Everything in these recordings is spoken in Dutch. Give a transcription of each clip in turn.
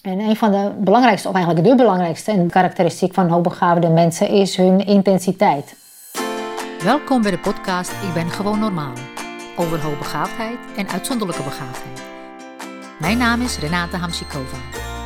En een van de belangrijkste, of eigenlijk de belangrijkste en karakteristiek van hoogbegaafde mensen is hun intensiteit. Welkom bij de podcast Ik ben gewoon normaal. Over hoogbegaafdheid en uitzonderlijke begaafdheid. Mijn naam is Renate Hamsikova.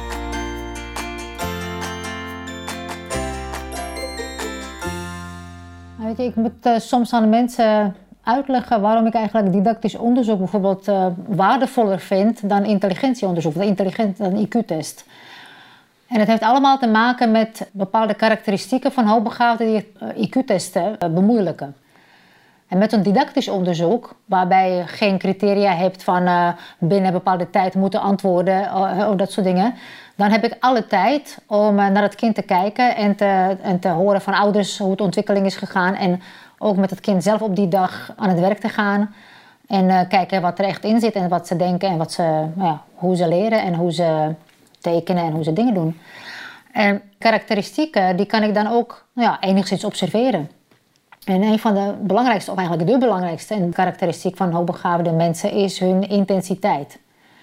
Weet je, ik moet soms aan de mensen uitleggen waarom ik eigenlijk didactisch onderzoek bijvoorbeeld waardevoller vind dan intelligentieonderzoek, dan IQ-test. En het heeft allemaal te maken met bepaalde karakteristieken van hoogbegaafden die IQ-testen bemoeilijken. En met een didactisch onderzoek, waarbij je geen criteria hebt van binnen een bepaalde tijd moeten antwoorden of dat soort dingen, dan heb ik alle tijd om naar het kind te kijken en te horen van ouders hoe de ontwikkeling is gegaan. En ook met het kind zelf op die dag aan het werk te gaan. En kijken wat er echt in zit en wat ze denken en hoe ze leren en hoe ze tekenen en hoe ze dingen doen. En karakteristieken, die kan ik dan ook enigszins observeren. En een van de belangrijkste, of eigenlijk de belangrijkste en karakteristiek van hoogbegaafde mensen is hun intensiteit.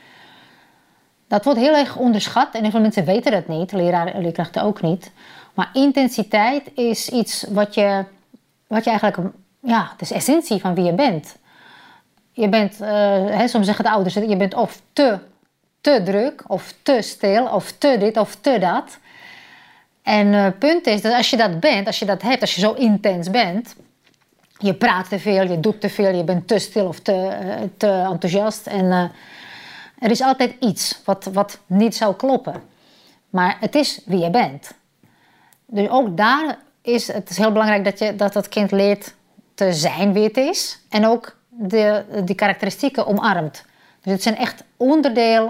Dat wordt heel erg onderschat en heel veel mensen weten dat niet, leerkrachten ook niet. Maar intensiteit is iets wat je eigenlijk, het is essentie van wie je bent. Je bent, soms zeggen de ouders, je bent of te druk, of te stil, of te dit, of te dat. En het punt is dat als je dat bent, als je dat hebt, als je zo intens bent, je praat te veel, je doet te veel, je bent te stil of te enthousiast. En er is altijd iets wat niet zou kloppen. Maar het is wie je bent. Dus ook daar is het heel belangrijk dat kind leert te zijn wie het is. En ook die karakteristieken omarmt. Dus het zijn echt onderdeel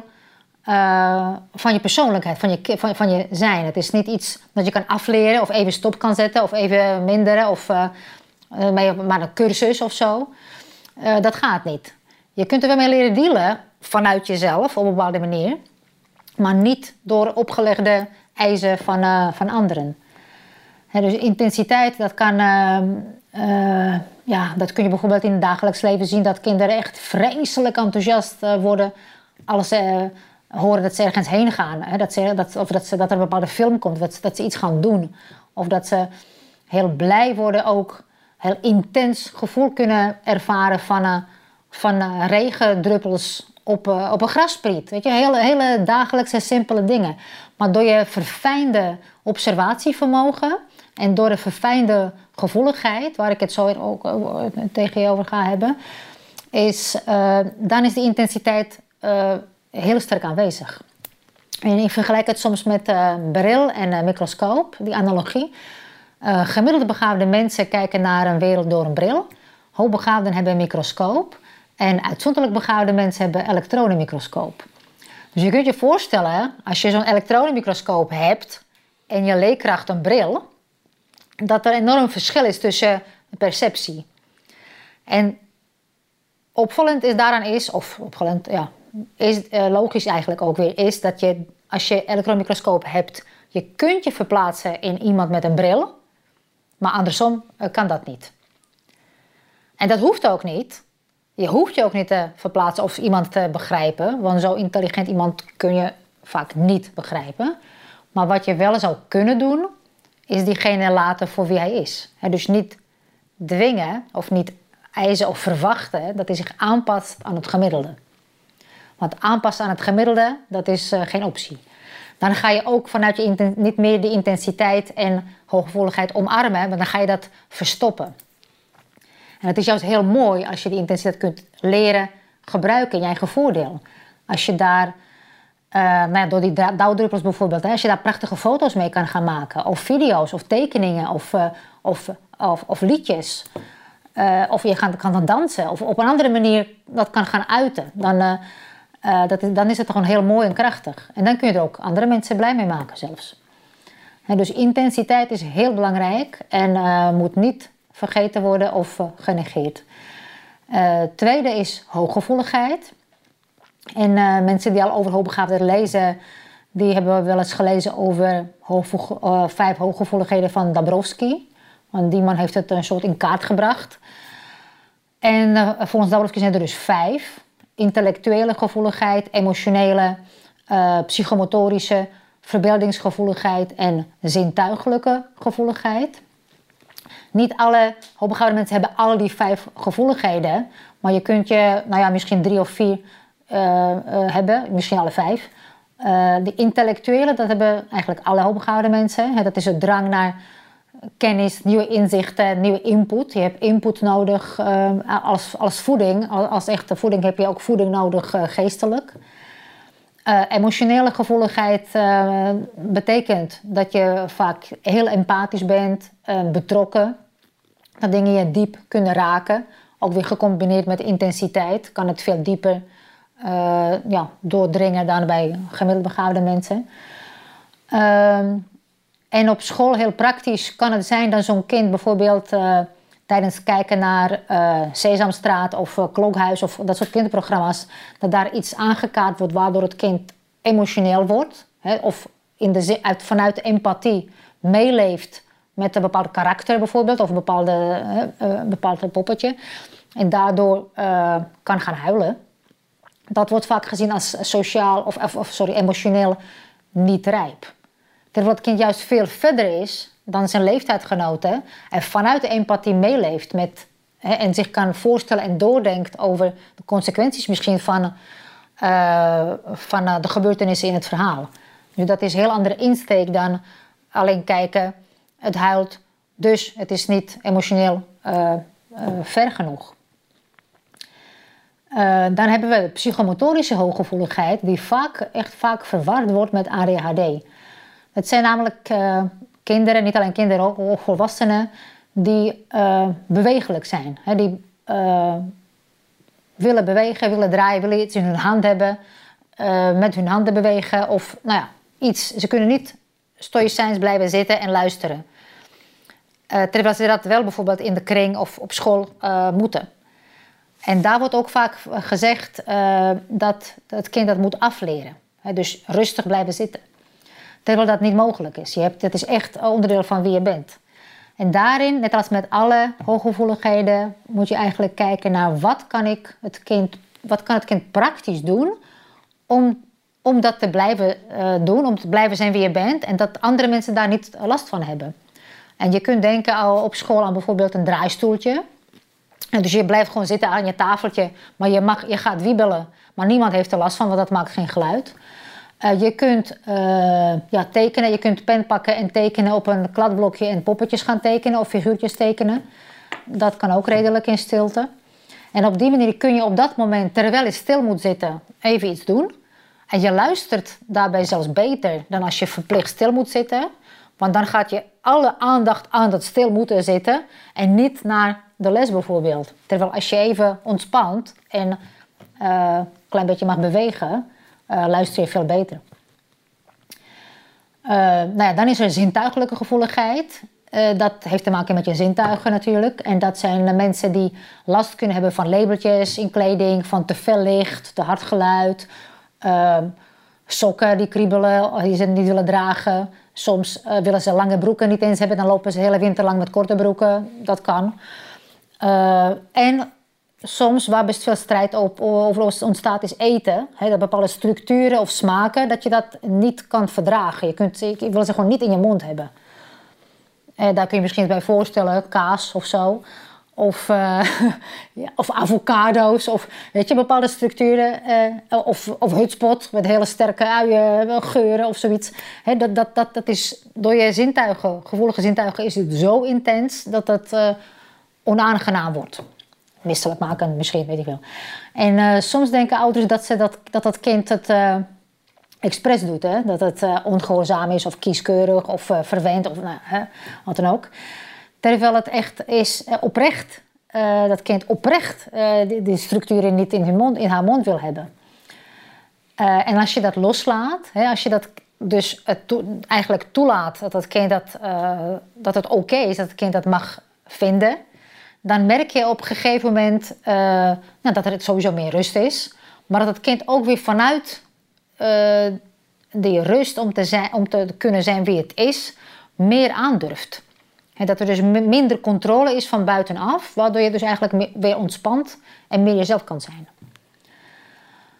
van je persoonlijkheid, van je zijn. Het is niet iets dat je kan afleren of even stop kan zetten of even minderen of maar een cursus of zo. Dat gaat niet. Je kunt er wel mee leren dealen vanuit jezelf op een bepaalde manier, maar niet door opgelegde eisen van anderen. Dus intensiteit, dat kun je bijvoorbeeld in het dagelijks leven zien dat kinderen echt vreselijk enthousiast worden als ze horen dat ze ergens heen gaan. Dat er een bepaalde film komt, dat ze iets gaan doen. Of dat ze heel blij worden ook, heel intens gevoel kunnen ervaren van regendruppels op een grasspriet. Weet je, hele dagelijkse simpele dingen. Maar door je verfijnde observatievermogen en door de verfijnde gevoeligheid, waar ik het zo ook tegen je over ga hebben, dan is die intensiteit heel sterk aanwezig. En ik vergelijk het soms met bril en microscoop, die analogie. Gemiddelde begaafde mensen kijken naar een wereld door een bril. Hoogbegaafden hebben een microscoop. En uitzonderlijk begaafde mensen hebben een elektronenmicroscoop. Dus je kunt je voorstellen, als je zo'n elektronenmicroscoop hebt en je leerkracht een bril, dat er een enorm verschil is tussen perceptie. En opvallend is daaraan logisch eigenlijk ook weer, is dat je, als je elektronenmicroscoop hebt, je kunt je verplaatsen in iemand met een bril, maar andersom kan dat niet. En dat hoeft ook niet. Je hoeft je ook niet te verplaatsen of iemand te begrijpen, want zo intelligent iemand kun je vaak niet begrijpen. Maar wat je wel zou kunnen doen, is diegene laten voor wie hij is. Dus niet dwingen of niet eisen of verwachten dat hij zich aanpast aan het gemiddelde. Want aanpassen aan het gemiddelde, dat is geen optie. Dan ga je ook vanuit je niet meer de intensiteit en hooggevoeligheid omarmen, maar dan ga je dat verstoppen. En het is juist heel mooi als je die intensiteit kunt leren gebruiken in je eigen voordeel. Als je daar, door die dauwdruppels bijvoorbeeld, als je daar prachtige foto's mee kan gaan maken, of video's, of tekeningen, of liedjes, of je kan dan dansen, of op een andere manier dat kan gaan uiten, dan is het gewoon heel mooi en krachtig. En dan kun je er ook andere mensen blij mee maken zelfs. En dus intensiteit is heel belangrijk en moet niet vergeten worden of genegeerd. Tweede is hooggevoeligheid. En mensen die al over hoogbegaafdheid lezen, die hebben wel eens gelezen over 5 hooggevoeligheden van Dabrowski. Want die man heeft het een soort in kaart gebracht. En volgens Dabrowski zijn er dus 5. Intellectuele gevoeligheid, emotionele psychomotorische, verbeeldingsgevoeligheid en zintuigelijke gevoeligheid. Niet alle hoogbegaafde mensen hebben al die 5 gevoeligheden, maar je kunt misschien 3 of 4 hebben, misschien alle 5. De intellectuele, dat hebben eigenlijk alle hoogbegaafde mensen. Dat is het drang naar kennis, nieuwe inzichten, nieuwe input. Je hebt input nodig als voeding. Als echte voeding heb je ook voeding nodig geestelijk. Emotionele gevoeligheid betekent dat je vaak heel empathisch bent, betrokken. Dat dingen je diep kunnen raken. Ook weer gecombineerd met intensiteit kan het veel dieper doordringen dan bij gemiddeld begaafde mensen. En op school heel praktisch kan het zijn dat zo'n kind bijvoorbeeld tijdens kijken naar Sesamstraat of Klokhuis of dat soort kinderprogramma's, dat daar iets aangekaart wordt waardoor het kind emotioneel wordt. Of vanuit empathie meeleeft met een bepaald karakter bijvoorbeeld of een bepaald poppetje. En daardoor kan gaan huilen. Dat wordt vaak gezien als sociaal emotioneel niet rijp. Terwijl het kind juist veel verder is dan zijn leeftijdgenoten en vanuit de empathie meeleeft en zich kan voorstellen en doordenkt over de consequenties misschien van de gebeurtenissen in het verhaal. Dus dat is een heel andere insteek dan alleen kijken, het huilt, dus het is niet emotioneel ver genoeg. Dan hebben we psychomotorische hooggevoeligheid die vaak verward wordt met ADHD. Het zijn namelijk kinderen, niet alleen kinderen, ook volwassenen, die bewegelijk zijn. Die willen bewegen, willen draaien, willen iets in hun hand hebben, met hun handen bewegen of iets. Ze kunnen niet stoïcijns blijven zitten en luisteren. Terwijl ze dat wel bijvoorbeeld in de kring of op school moeten. En daar wordt ook vaak gezegd dat het kind dat moet afleren. Dus rustig blijven zitten. Terwijl dat niet mogelijk is. Dat is echt onderdeel van wie je bent. En daarin, net als met alle hooggevoeligheden, moet je eigenlijk kijken naar wat kan het kind praktisch doen om dat te blijven doen, om te blijven zijn wie je bent en dat andere mensen daar niet last van hebben. En je kunt denken al op school aan bijvoorbeeld een draaistoeltje. En dus je blijft gewoon zitten aan je tafeltje, maar je gaat wiebelen, maar niemand heeft er last van, want dat maakt geen geluid. Je kunt tekenen, je kunt pen pakken en tekenen op een kladblokje en poppetjes gaan tekenen of figuurtjes tekenen. Dat kan ook redelijk in stilte. En op die manier kun je op dat moment, terwijl je stil moet zitten, even iets doen. En je luistert daarbij zelfs beter dan als je verplicht stil moet zitten. Want dan gaat je alle aandacht aan dat stil moeten zitten en niet naar de les bijvoorbeeld. Terwijl als je even ontspant en een klein beetje mag bewegen, luister je veel beter. Dan is er zintuigelijke gevoeligheid. Dat heeft te maken met je zintuigen natuurlijk. En dat zijn mensen die last kunnen hebben van labeltjes in kleding, van te fel licht, te hard geluid, sokken die kriebelen, die ze niet willen dragen. Soms willen ze lange broeken niet eens hebben, dan lopen ze de hele winter lang met korte broeken. Dat kan. En soms, waar best veel strijd over ontstaat, is eten. Dat bepaalde structuren of smaken, dat je dat niet kan verdragen. Je wil ze gewoon niet in je mond hebben. Daar kun je misschien bij voorstellen, kaas of zo. Of avocado's, of bepaalde structuren. Of hutspot met hele sterke uiengeuren of zoiets. Dat is door je zintuigen, gevoelige zintuigen, is het zo intens dat het onaangenaam wordt. Misselijk maken misschien, weet ik wel. En soms denken ouders dat kind het expres doet. Hè? Dat het ongehoorzaam is of kieskeurig of verwend of wat dan ook. Terwijl het echt is oprecht, dat kind oprecht die structuren niet in haar mond wil hebben. En als je dat loslaat, als je dat dus eigenlijk toelaat dat het kind dat het oké is, dat het kind dat mag vinden, dan merk je op een gegeven moment dat er sowieso meer rust is. Maar dat het kind ook weer vanuit die rust om te kunnen zijn wie het is, meer aandurft. En dat er dus minder controle is van buitenaf, waardoor je dus eigenlijk weer ontspant en meer jezelf kan zijn.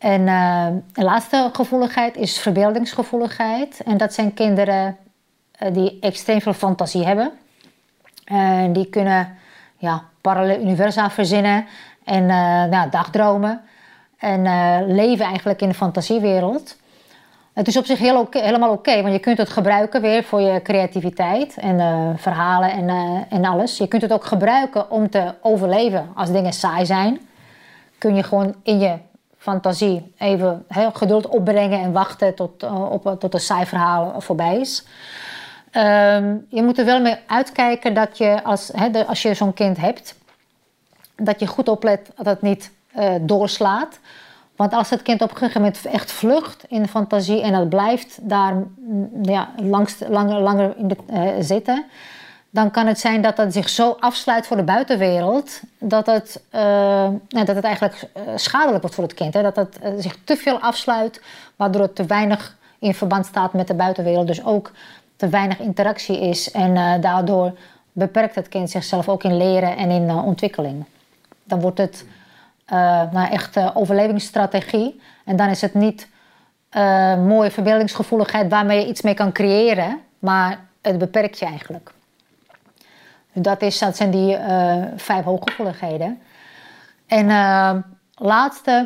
En de laatste gevoeligheid is verbeeldingsgevoeligheid. En dat zijn kinderen die extreem veel fantasie hebben. Die kunnen parallel universa verzinnen en dagdromen. En leven eigenlijk in de fantasiewereld. Het is op zich helemaal oké, want je kunt het gebruiken weer voor je creativiteit en verhalen en alles. Je kunt het ook gebruiken om te overleven als dingen saai zijn. Kun je gewoon in je fantasie even geduld opbrengen en wachten tot een saai verhaal voorbij is. Je moet er wel mee uitkijken dat je als je zo'n kind hebt, dat je goed oplet dat het niet doorslaat. Want als het kind op een gegeven moment echt vlucht in de fantasie en dat blijft daar langer in zitten, dan kan het zijn dat het zich zo afsluit voor de buitenwereld dat het eigenlijk schadelijk wordt voor het kind. Hè? Dat het zich te veel afsluit, waardoor het te weinig in verband staat met de buitenwereld. Dus ook te weinig interactie is en daardoor beperkt het kind zichzelf ook in leren en in ontwikkeling. Dan wordt het echt overlevingsstrategie. En dan is het niet mooie verbeeldingsgevoeligheid waarmee je iets mee kan creëren, maar het beperkt je eigenlijk. Dat zijn die 5 hooggevoeligheden. En laatste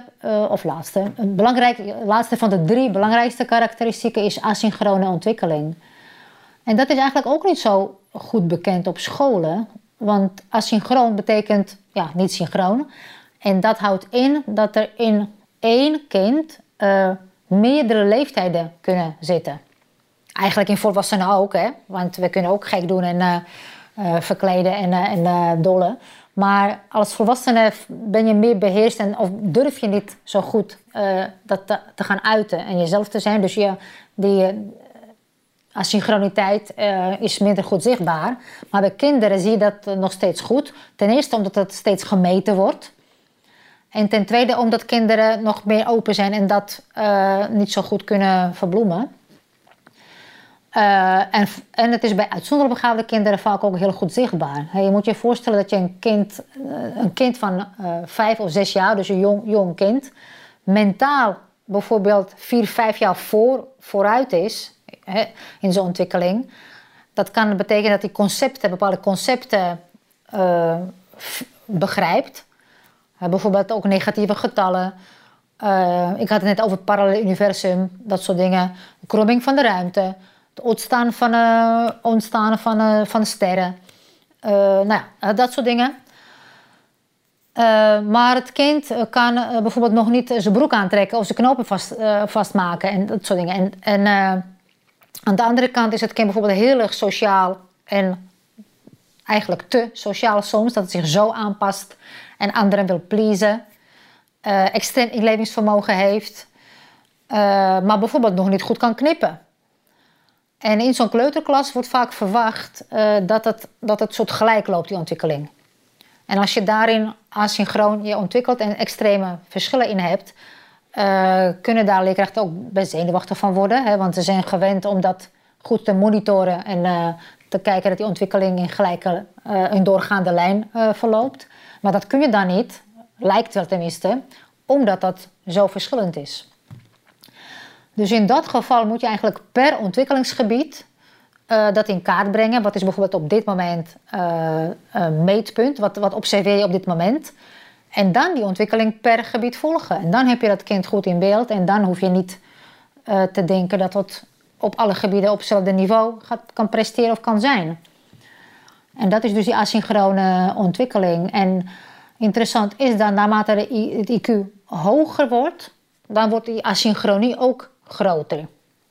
van de 3 belangrijkste karakteristieken is asynchrone ontwikkeling. En dat is eigenlijk ook niet zo goed bekend op scholen. Want asynchroon betekent niet synchroon. En dat houdt in dat er in 1 kind meerdere leeftijden kunnen zitten. Eigenlijk in volwassenen ook, hè? Want we kunnen ook gek doen en verkleden en dollen. Maar als volwassene ben je meer beheerst of durf je niet zo goed dat te gaan uiten en jezelf te zijn. Dus die asynchroniteit is minder goed zichtbaar. Maar bij kinderen zie je dat nog steeds goed. Ten eerste omdat het steeds gemeten wordt. En ten tweede omdat kinderen nog meer open zijn en dat niet zo goed kunnen verbloemen. En het is bij uitzonderlijk begaafde kinderen vaak ook heel goed zichtbaar. Je moet je voorstellen dat je een kind van 5 of 6 jaar, dus een jong kind, mentaal bijvoorbeeld 4, 5 jaar vooruit is in zijn ontwikkeling. Dat kan betekenen dat hij bepaalde concepten begrijpt. Bijvoorbeeld ook negatieve getallen. Ik had het net over het parallel universum, dat soort dingen. De kromming van de ruimte. Het ontstaan van de sterren. Dat soort dingen. Maar het kind kan bijvoorbeeld nog niet zijn broek aantrekken of zijn knopen vastmaken en dat soort dingen. En aan de andere kant is het kind bijvoorbeeld heel erg sociaal en eigenlijk te sociaal soms, dat het zich zo aanpast en anderen wil pleasen. Extreem inlevingsvermogen heeft, maar bijvoorbeeld nog niet goed kan knippen. En in zo'n kleuterklas wordt vaak verwacht dat het soort gelijk loopt, die ontwikkeling. En als je daarin asynchroon je ontwikkelt en extreme verschillen in hebt, kunnen daar leerkrachten ook best zenuwachtig van worden. Hè? Want ze zijn gewend om dat goed te monitoren en te kijken dat die ontwikkeling in gelijke, een doorgaande lijn verloopt. Maar dat kun je dan niet, lijkt wel tenminste, omdat dat zo verschillend is. Dus in dat geval moet je eigenlijk per ontwikkelingsgebied dat in kaart brengen. Wat is bijvoorbeeld op dit moment een meetpunt? Wat observeer je op dit moment? En dan die ontwikkeling per gebied volgen. En dan heb je dat kind goed in beeld. En dan hoef je niet te denken dat het op alle gebieden op hetzelfde niveau kan presteren of kan zijn. En dat is dus die asynchrone ontwikkeling. En interessant is dan, naarmate het IQ hoger wordt, dan wordt die asynchronie ook groter.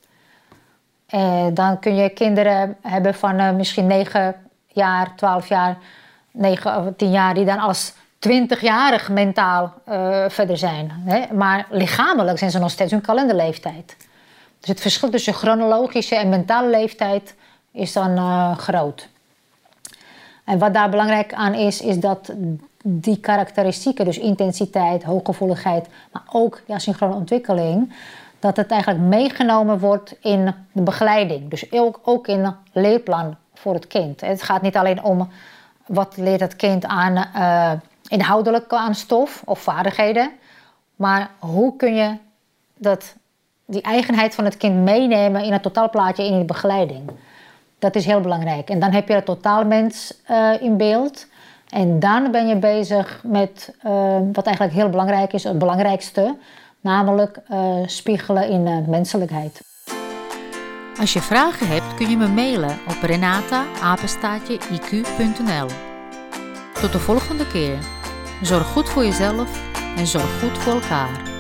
Dan kun je kinderen hebben van misschien 9 jaar, 12 jaar, 9 of 10 jaar, die dan als 20-jarig mentaal verder zijn. Hè? Maar lichamelijk zijn ze nog steeds hun kalenderleeftijd. Dus het verschil tussen chronologische en mentale leeftijd is dan groot. En wat daar belangrijk aan is dat die karakteristieken, dus intensiteit, hooggevoeligheid, maar ook de asynchrone ontwikkeling, dat het eigenlijk meegenomen wordt in de begeleiding. Dus ook in een leerplan voor het kind. Het gaat niet alleen om wat leert het kind aan inhoudelijk aan stof of vaardigheden, Maar hoe kun je die eigenheid van het kind meenemen in het totaalplaatje in je begeleiding? Dat is heel belangrijk. En dan heb je het totaalmens in beeld. En dan ben je bezig met wat eigenlijk heel belangrijk is, het belangrijkste. Namelijk spiegelen in menselijkheid. Als je vragen hebt kun je me mailen op renata@iq.nl. Tot de volgende keer. Zorg goed voor jezelf en zorg goed voor elkaar.